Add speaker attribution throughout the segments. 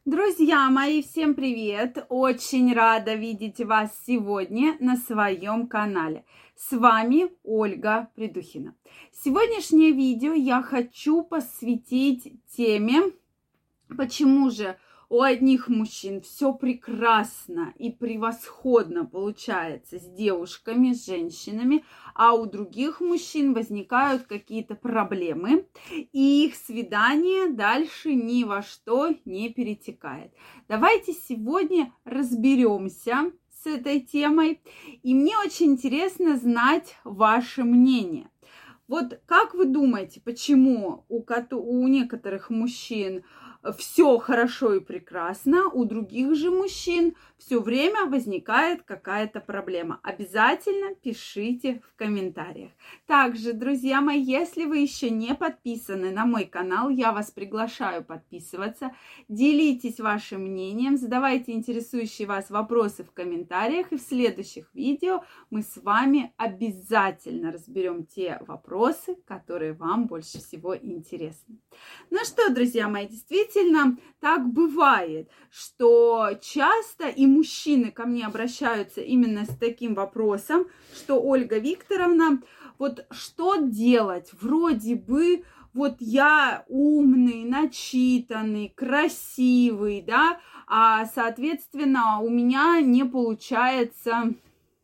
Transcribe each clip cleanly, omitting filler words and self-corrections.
Speaker 1: Друзья мои, всем привет! Очень рада видеть вас сегодня на своем канале. С вами Ольга Придухина. Сегодняшнее видео я хочу посвятить теме, почему же у одних мужчин все прекрасно и превосходно получается с девушками, с женщинами, а у других мужчин возникают какие-то проблемы, и их свидание дальше ни во что не перетекает. Давайте сегодня разберемся с этой темой, и мне очень интересно ваше мнение. Вот как вы думаете, почему у некоторых мужчин все хорошо и прекрасно, у других же мужчин все время возникает какая-то проблема? Обязательно пишите в комментариях. Также, друзья мои, если вы еще не подписаны на мой канал, я вас приглашаю подписываться. Делитесь вашим мнением, задавайте интересующие вас вопросы в комментариях, и в следующих видео мы с вами обязательно разберем те вопросы, которые вам больше всего интересны. Ну что, друзья мои, действительно, так бывает, что часто и мужчины ко мне обращаются именно с таким вопросом, что: Ольга Викторовна, вот что делать? Вроде бы вот я умный, начитанный, красивый, да, а, соответственно, у меня не получается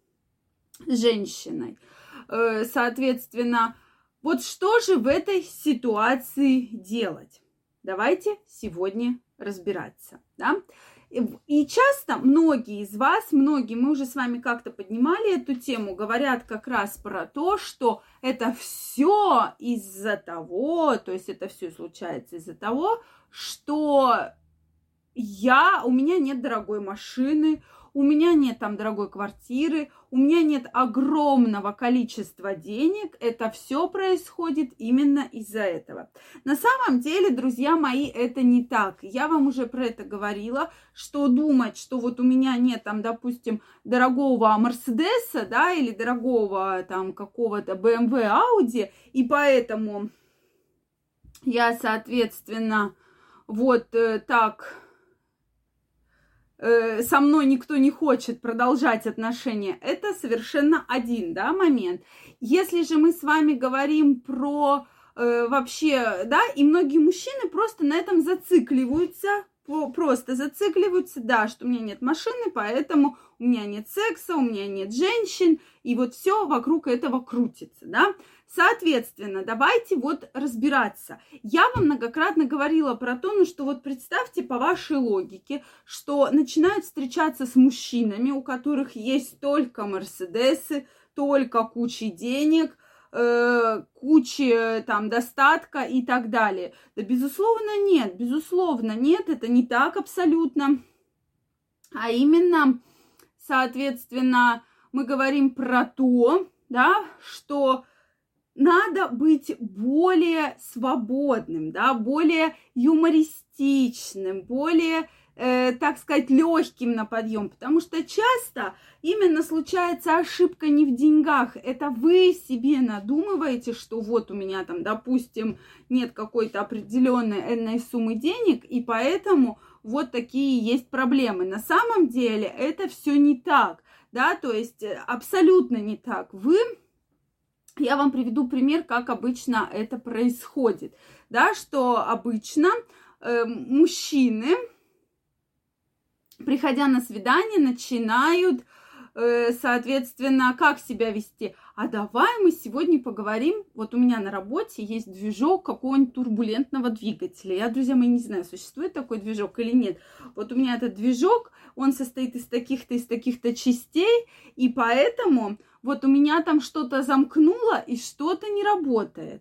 Speaker 1: с женщиной. Соответственно, вот что же в этой ситуации делать? Давайте сегодня разбираться, да? И часто многие из вас, мы уже с вами как-то поднимали эту тему, говорят как раз про то, что это все из-за того, то есть это все случается из-за того, что у меня нет дорогой машины, у меня нет там дорогой квартиры, у меня нет огромного количества денег. Это все происходит именно из-за этого. На самом деле, друзья мои, это не так. Я вам уже про это говорила, что думать, что вот у меня нет там, допустим, дорогого Мерседеса, да, или дорогого там какого-то BMW, Audi, и поэтому я, соответственно, вот так... со мной никто не хочет продолжать отношения, это совершенно один, да, момент. Если же мы с вами говорим про вообще, да, и многие мужчины просто на этом зацикливаются, да, что у меня нет машины, поэтому у меня нет секса, у меня нет женщин, и вот все вокруг этого крутится, да. Соответственно, давайте вот разбираться. Я вам многократно говорила про то, ну что вот представьте по вашей логике, что начинают встречаться с мужчинами, у которых есть только Мерседесы, только куча денег, куча там достатка и так далее. Да, безусловно, нет, это не так абсолютно. А именно, соответственно, мы говорим про то, да, что надо быть более свободным, да, более юмористичным, более, так сказать, легким на подъем, потому что часто именно случается ошибка не в деньгах, это вы себе надумываете, что вот у меня там, допустим, нет какой-то определенной энной суммы денег, и поэтому вот такие есть проблемы. На самом деле это все не так, да, то есть абсолютно не так. Я вам приведу пример, как обычно это происходит, да, что обычно мужчины, приходя на свидание, начинают, соответственно, как себя вести. А давай мы сегодня поговорим, вот у меня на работе есть движок какого-нибудь турбулентного двигателя. Я, друзья мои, не знаю, существует такой движок или нет. Вот у меня этот движок, он состоит из таких-то частей, и поэтому вот у меня там что-то замкнуло и что-то не работает.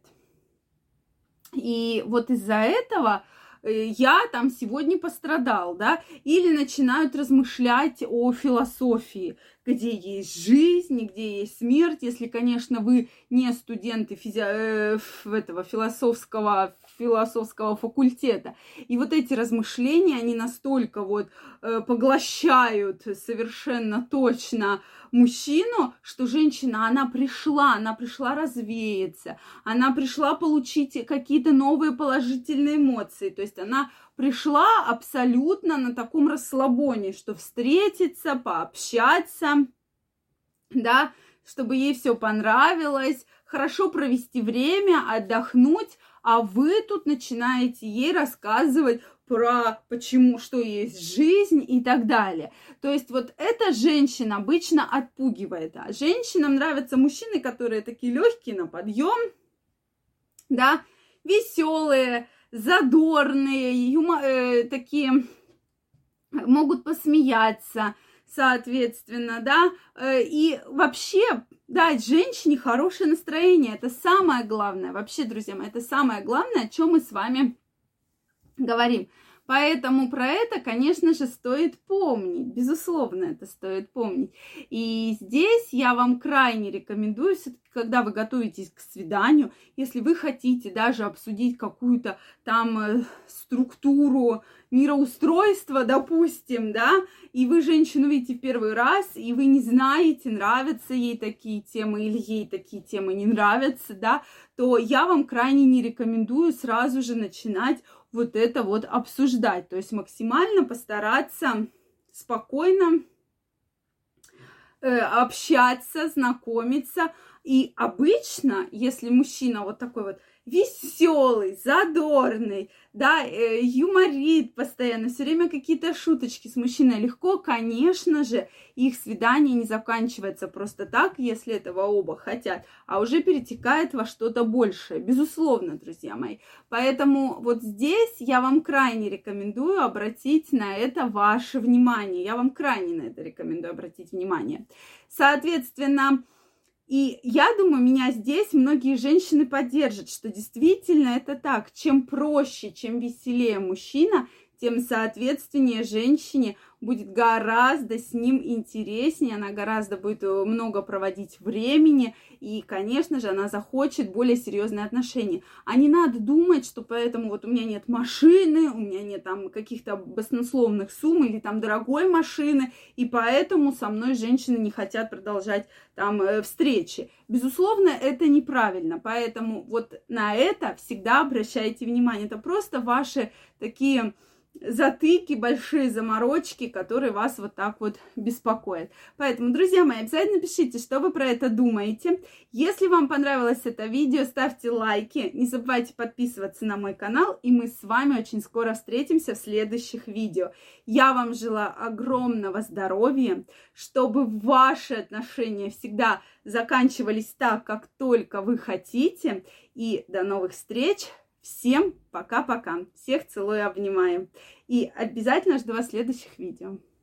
Speaker 1: И вот из-за этого я там сегодня пострадал, да, или начинают размышлять о философии, где есть жизнь, где есть смерть, если, конечно, вы не студенты философского философского факультета. И вот эти размышления, они настолько вот поглощают совершенно точно мужчину, что женщина, она пришла развеяться, она пришла получить какие-то новые положительные эмоции, то есть она пришла абсолютно на таком расслабоне, что встретиться, пообщаться, да, чтобы ей все понравилось, хорошо провести время, отдохнуть, а вы тут начинаете ей рассказывать про почему, что есть жизнь и так далее. То есть вот эта женщина обычно отпугивает. А женщинам нравятся мужчины, которые такие легкие на подъем, да, веселые, задорные, такие могут посмеяться, соответственно, да, и вообще дать женщине хорошее настроение. Это самое главное. Вообще, друзья мои, это самое главное, о чем мы с вами говорим. Поэтому про это, конечно же, стоит помнить. Безусловно, это стоит помнить. И здесь я вам крайне рекомендую, когда вы готовитесь к свиданию, если вы хотите даже обсудить какую-то там структуру мироустройства, допустим, да, и вы женщину видите в первый раз, и вы не знаете, нравятся ей такие темы или ей такие темы не нравятся, да, то я вам крайне не рекомендую сразу же начинать вот это вот обсуждать. То есть максимально постараться спокойно общаться, знакомиться. И обычно, если мужчина вот такой вот веселый, задорный, да, юморит постоянно, все время какие-то шуточки с мужчиной легко, конечно же, их свидание не заканчивается просто так, если этого оба хотят, а уже перетекает во что-то большее, безусловно, друзья мои. Поэтому вот здесь я вам крайне рекомендую обратить на это ваше внимание. Я вам крайне на это рекомендую обратить внимание. Соответственно, и я думаю, меня здесь многие женщины поддержат, что действительно это так. Чем проще, чем веселее мужчина, тем, соответственнее, женщине будет гораздо с ним интереснее, она гораздо будет много проводить времени, и, конечно же, она захочет более серьезные отношения. А не надо думать, что поэтому вот у меня нет машины, у меня нет там каких-то баснословных сумм или там дорогой машины, и поэтому со мной женщины не хотят продолжать там встречи. Безусловно, это неправильно, поэтому вот на это всегда обращайте внимание. Это просто ваши такие затыки, большие заморочки, которые вас вот так вот беспокоят. Поэтому, друзья мои, обязательно пишите, что вы про это думаете. Если вам понравилось это видео, ставьте лайки, не забывайте подписываться на мой канал, и мы с вами очень скоро встретимся в следующих видео. Я вам желаю огромного здоровья, чтобы ваши отношения всегда заканчивались так, как только вы хотите, и до новых встреч! Всем пока-пока. Всех целую и обнимаю. И обязательно жду вас в следующих видео.